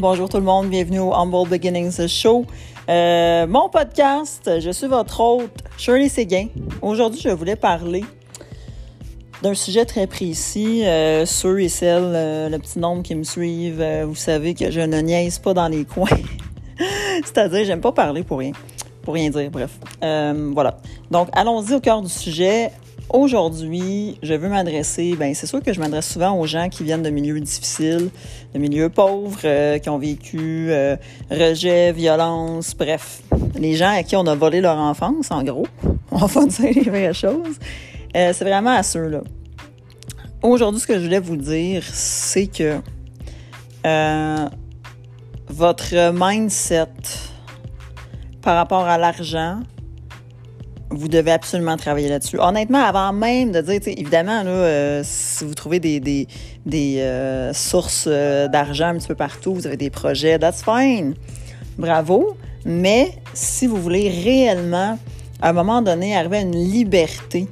Bonjour tout le monde, bienvenue au Humble Beginnings Show. Mon podcast, je suis votre hôte, Shirley Séguin. Aujourd'hui, je voulais parler d'un sujet très précis. Ceux et celles, le petit nombre qui me suivent, vous savez que je ne niaise pas dans les coins. C'est-à-dire, j'aime pas parler pour rien dire, bref. Voilà. Donc, allons-y au cœur du sujet. Aujourd'hui, je veux m'adresser, c'est sûr que je m'adresse souvent aux gens qui viennent de milieux difficiles, de milieux pauvres, qui ont vécu rejet, violence, bref. Les gens à qui on a volé leur enfance, en gros. On va dire les vraies choses. C'est vraiment à ceux-là. Aujourd'hui, ce que je voulais vous dire, c'est que votre mindset par rapport à l'argent, vous devez absolument travailler là-dessus. Honnêtement, avant même de dire, évidemment, là, si vous trouvez des sources d'argent un petit peu partout, vous avez des projets, that's fine. Bravo. Mais si vous voulez réellement, à un moment donné, arriver à une liberté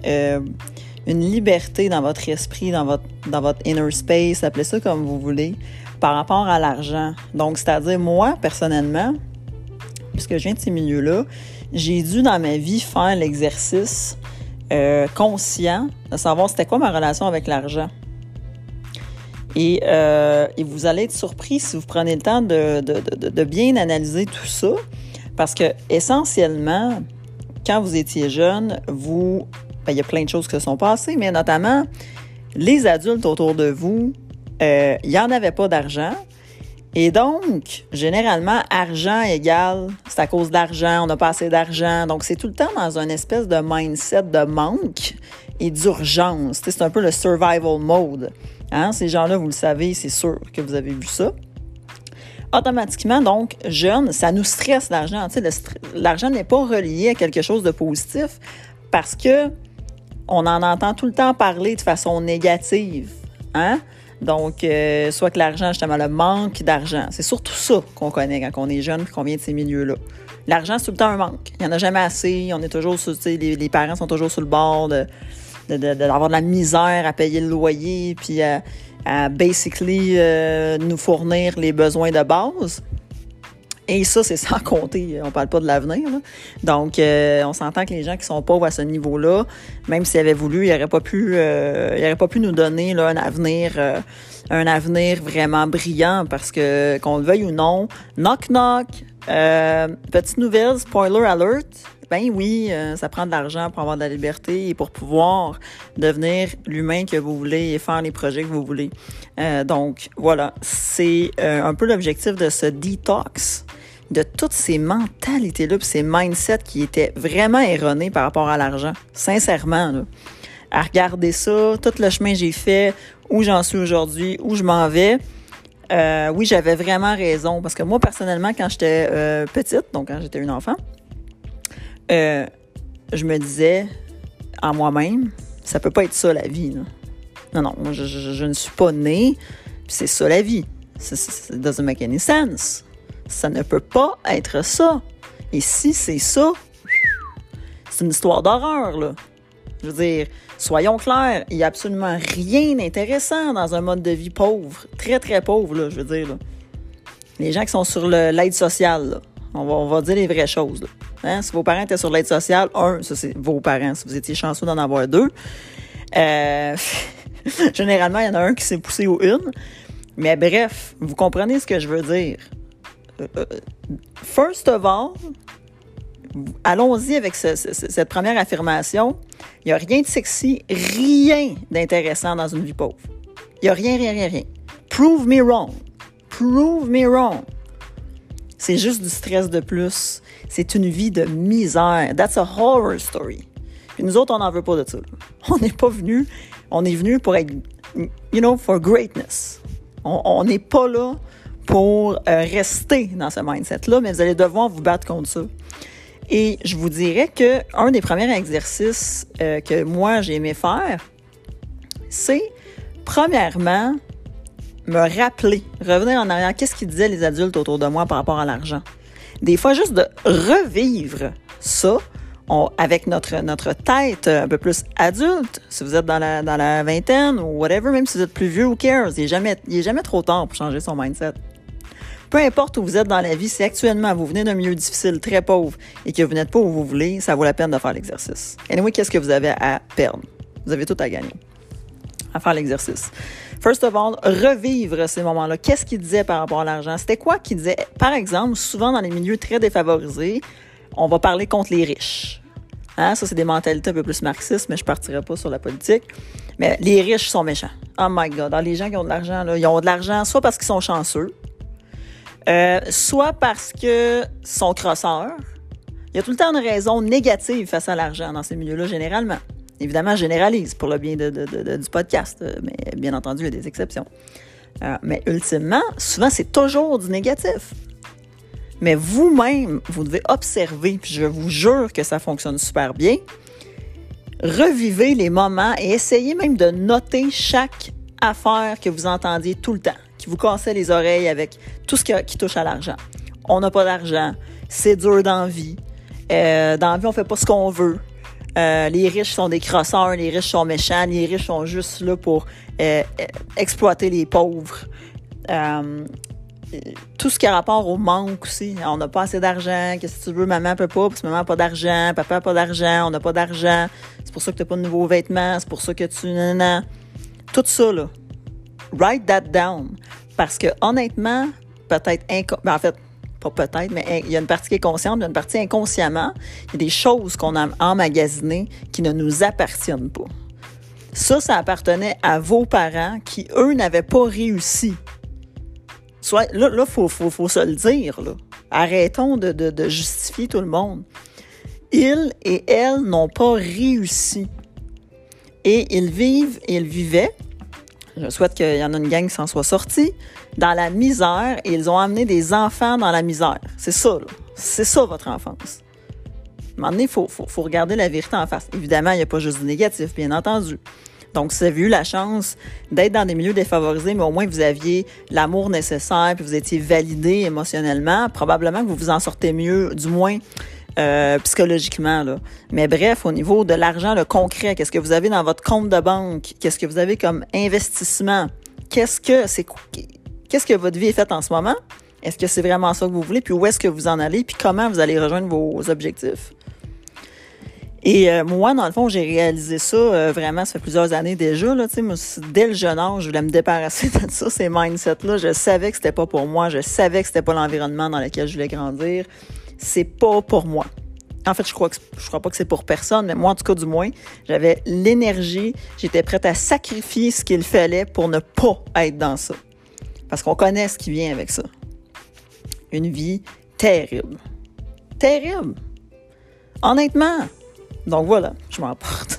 dans votre esprit, dans votre inner space, appelez ça comme vous voulez, par rapport à l'argent. Donc, c'est-à-dire, moi, personnellement, puisque je viens de ces milieux-là, j'ai dû dans ma vie faire l'exercice conscient de savoir c'était quoi ma relation avec l'argent. Et vous allez être surpris si vous prenez le temps de bien analyser tout ça, parce que essentiellement, quand vous étiez jeune, il y a plein de choses qui se sont passées, mais notamment les adultes autour de vous, il n'y en avait pas d'argent. Et donc, généralement, argent égale, c'est à cause d'argent, on n'a pas assez d'argent. Donc, c'est tout le temps dans une espèce de mindset de manque et d'urgence. C'est un peu le survival mode. Ces gens-là, vous le savez, c'est sûr que vous avez vu ça. Automatiquement, donc, jeune, ça nous stresse l'argent. L'argent n'est pas relié à quelque chose de positif parce que on en entend tout le temps parler de façon négative. Donc, soit que l'argent, justement, le manque d'argent. C'est surtout ça qu'on connaît quand on est jeune et qu'on vient de ces milieux-là. L'argent, c'est tout le temps un manque. Il n'y en a jamais assez. On est toujours sur, les parents sont toujours sur le bord d'avoir de la misère à payer le loyer puis à basically nous fournir les besoins de base. Et ça, c'est sans compter, on parle pas de l'avenir, là. Donc, on s'entend que les gens qui sont pauvres à ce niveau-là, même s'ils avaient voulu, ils n'auraient pas pu nous donner là, un avenir vraiment brillant, parce que, qu'on le veuille ou non, knock knock, petite nouvelle, spoiler alert, oui, ça prend de l'argent pour avoir de la liberté et pour pouvoir devenir l'humain que vous voulez et faire les projets que vous voulez. Donc, voilà, c'est un peu l'objectif de ce detox, de toutes ces mentalités-là, puis ces mindsets qui étaient vraiment erronés par rapport à l'argent, sincèrement, là. À regarder ça, tout le chemin que j'ai fait, où j'en suis aujourd'hui, où je m'en vais, oui, j'avais vraiment raison, parce que moi, personnellement, quand j'étais petite, donc quand j'étais une enfant, je me disais en moi-même, ça peut pas être ça la vie, là. Non, je ne suis pas née, puis c'est ça la vie. It doesn't make any sense. Ça ne peut pas être ça. Et si c'est ça, c'est une histoire d'horreur, là. Je veux dire, soyons clairs, il n'y a absolument rien d'intéressant dans un mode de vie pauvre, très, très pauvre, là, je veux dire, là. Les gens qui sont sur l'aide sociale, là, on va dire les vraies choses, là. Si vos parents étaient sur l'aide sociale, ça c'est vos parents, si vous étiez chanceux d'en avoir deux. Généralement, il y en a un qui s'est poussé aux une. Mais bref, vous comprenez ce que je veux dire. First of all, allons-y avec cette première affirmation. Il n'y a rien de sexy, rien d'intéressant dans une vie pauvre. Il n'y a rien. Prove me wrong. Prove me wrong. C'est juste du stress de plus. C'est une vie de misère. That's a horror story. Puis nous autres, on n'en veut pas de ça. On est venu pour être, for greatness. On n'est pas là pour rester dans ce mindset-là, mais vous allez devoir vous battre contre ça. Et je vous dirais que un des premiers exercices que moi, j'ai aimé faire, c'est, premièrement, me rappeler, revenir en arrière, qu'est-ce qu'ils disaient les adultes autour de moi par rapport à l'argent. Des fois, juste de revivre ça avec notre tête un peu plus adulte, si vous êtes dans la vingtaine ou whatever, même si vous êtes plus vieux, who cares? Il est jamais trop tard pour changer son mindset. peu importe où vous êtes dans la vie, si actuellement vous venez d'un milieu difficile, très pauvre, et que vous n'êtes pas où vous voulez, ça vaut la peine de faire l'exercice. Anyway, qu'est-ce que vous avez à perdre? Vous avez tout à gagner à faire l'exercice. First of all, revivre ces moments-là. Qu'est-ce qu'il disait par rapport à l'argent? C'était quoi qu'il disait? Par exemple, souvent dans les milieux très défavorisés, on va parler contre les riches. Hein? Ça, c'est des mentalités un peu plus marxistes, mais je ne partirai pas sur la politique. Mais les riches sont méchants. Oh my God! Dans les gens qui ont de l'argent, là, ils ont de l'argent soit parce qu'ils sont chanceux, soit parce qu'ils sont crosseurs. Il y a tout le temps une raison négative face à l'argent dans ces milieux-là, généralement. Évidemment, je généralise pour le bien du podcast, mais bien entendu, il y a des exceptions. Mais ultimement, souvent, c'est toujours du négatif. Mais vous-même, vous devez observer, puis je vous jure que ça fonctionne super bien. Revivez les moments et essayez même de noter chaque affaire que vous entendiez tout le temps, qui vous cassait les oreilles avec tout ce qui touche à l'argent. On n'a pas d'argent, c'est dur dans la vie. Dans la vie, on fait pas ce qu'on veut. Les riches sont des crosseurs, les riches sont méchants, les riches sont juste là pour exploiter les pauvres. Tout ce qui a rapport au manque aussi. On n'a pas assez d'argent, qu'est-ce que tu veux, maman peut pas, parce que maman n'a pas d'argent, papa n'a pas d'argent, on n'a pas d'argent, c'est pour ça que tu n'as pas de nouveaux vêtements, c'est pour ça que tu... Nanana. Tout ça, là. Write that down. Parce que honnêtement, peut-être... en fait, pas peut-être, mais il y a une partie qui est consciente, il y a une partie inconsciemment. Il y a des choses qu'on a emmagasinées qui ne nous appartiennent pas. Ça appartenait à vos parents qui, eux, n'avaient pas réussi. Soit, là, faut se le dire, là. Arrêtons de justifier tout le monde. Ils et elles n'ont pas réussi. Et ils vivaient, je souhaite qu'il y en a une gang qui s'en soit sortie, dans la misère, et ils ont amené des enfants dans la misère. C'est ça, là. C'est ça, votre enfance. À un moment donné, il faut regarder la vérité en face. Évidemment, il n'y a pas juste du négatif, bien entendu. Donc, si vous avez eu la chance d'être dans des milieux défavorisés, mais au moins vous aviez l'amour nécessaire, puis vous étiez validé émotionnellement, probablement que vous vous en sortez mieux, du moins psychologiquement, là. Mais bref, au niveau de l'argent, le concret, qu'est-ce que vous avez dans votre compte de banque? Qu'est-ce que vous avez comme investissement? Qu'est-ce que votre vie est faite en ce moment? Est-ce que c'est vraiment ça que vous voulez? Puis où est-ce que vous en allez? Puis comment vous allez rejoindre vos objectifs? Et moi, dans le fond, j'ai réalisé ça vraiment, ça fait plusieurs années déjà. Là, moi, dès le jeune âge, je voulais me débarrasser de ça, ces mindsets-là. Je savais que c'était pas pour moi. Je savais que c'était pas l'environnement dans lequel je voulais grandir. C'est pas pour moi. En fait, je crois pas que c'est pour personne, mais moi, en tout cas, du moins, j'avais l'énergie. J'étais prête à sacrifier ce qu'il fallait pour ne pas être dans ça. Parce qu'on connaît ce qui vient avec ça. Une vie terrible. Terrible. Honnêtement. Donc voilà, je m'emporte.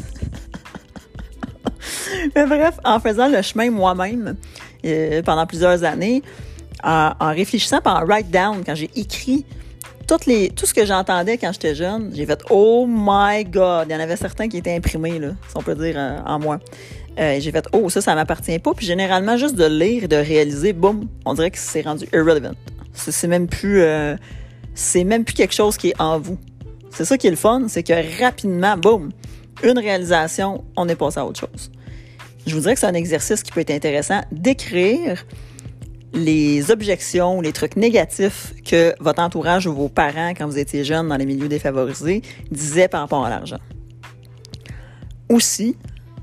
Mais bref, en faisant le chemin moi-même pendant plusieurs années, en réfléchissant, puis en write down, quand j'ai écrit tout ce que j'entendais quand j'étais jeune, j'ai fait « Oh my God! » Il y en avait certains qui étaient imprimés, là, si on peut dire, en moi. J'ai fait « Oh, ça m'appartient pas. » Puis généralement, juste de lire et de réaliser, boum, on dirait que c'est rendu irrelevant. C'est même plus quelque chose qui est en vous. C'est ça qui est le fun, c'est que rapidement, boum, une réalisation, on est passé à autre chose. Je vous dirais que c'est un exercice qui peut être intéressant d'écrire les objections, les trucs négatifs que votre entourage ou vos parents, quand vous étiez jeune dans les milieux défavorisés, disaient par rapport à l'argent. Aussi,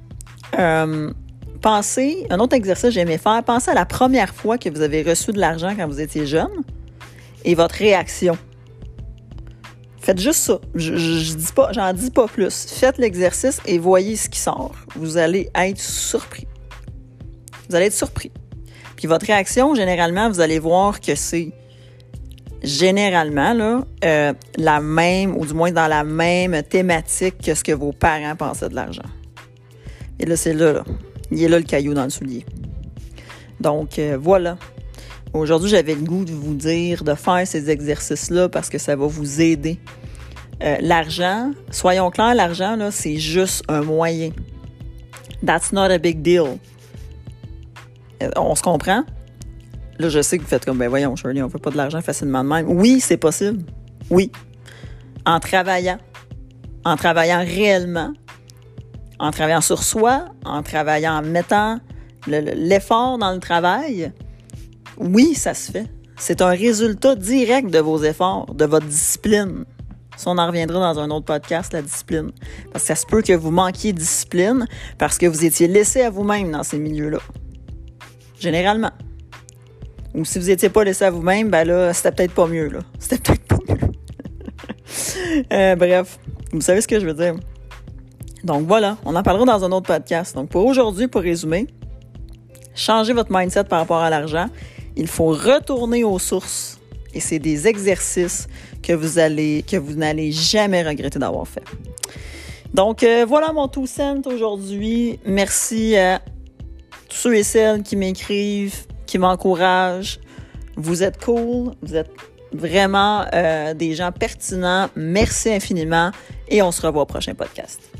pensez, un autre exercice que j'aimais faire, pensez à la première fois que vous avez reçu de l'argent quand vous étiez jeune et votre réaction. Faites juste ça. J'en dis pas plus. Faites l'exercice et voyez ce qui sort. Vous allez être surpris. Vous allez être surpris. Puis votre réaction, généralement, vous allez voir que c'est généralement là, la même, ou du moins dans la même thématique que ce que vos parents pensaient de l'argent. Et là, c'est là. Il est là le caillou dans le soulier. Donc, voilà. Aujourd'hui, j'avais le goût de vous dire de faire ces exercices-là parce que ça va vous aider. L'argent, soyons clairs, l'argent, là, c'est juste un moyen. That's not a big deal. On se comprend? Là, je sais que vous faites comme, ben voyons, Shirley, on ne fait pas de l'argent facilement de même. Oui, c'est possible. Oui. En travaillant réellement, en travaillant sur soi, en travaillant, en mettant l'effort dans le travail, oui, ça se fait. C'est un résultat direct de vos efforts, de votre discipline. Ça, on en reviendra dans un autre podcast, la discipline. Parce que ça se peut que vous manquiez de discipline parce que vous étiez laissé à vous-même dans ces milieux-là. Généralement. Ou si vous n'étiez pas laissé à vous-même, ben là, c'était peut-être pas mieux, là. C'était peut-être pas mieux. Bref, vous savez ce que je veux dire. Donc voilà, on en parlera dans un autre podcast. Donc pour aujourd'hui, pour résumer, changez votre mindset par rapport à l'argent. Il faut retourner aux sources. Et c'est des exercices que vous n'allez jamais regretter d'avoir fait. Donc voilà mon 2 cents aujourd'hui. Merci à tous ceux et celles qui m'écrivent, qui m'encouragent. Vous êtes cool, vous êtes vraiment des gens pertinents. Merci infiniment et on se revoit au prochain podcast.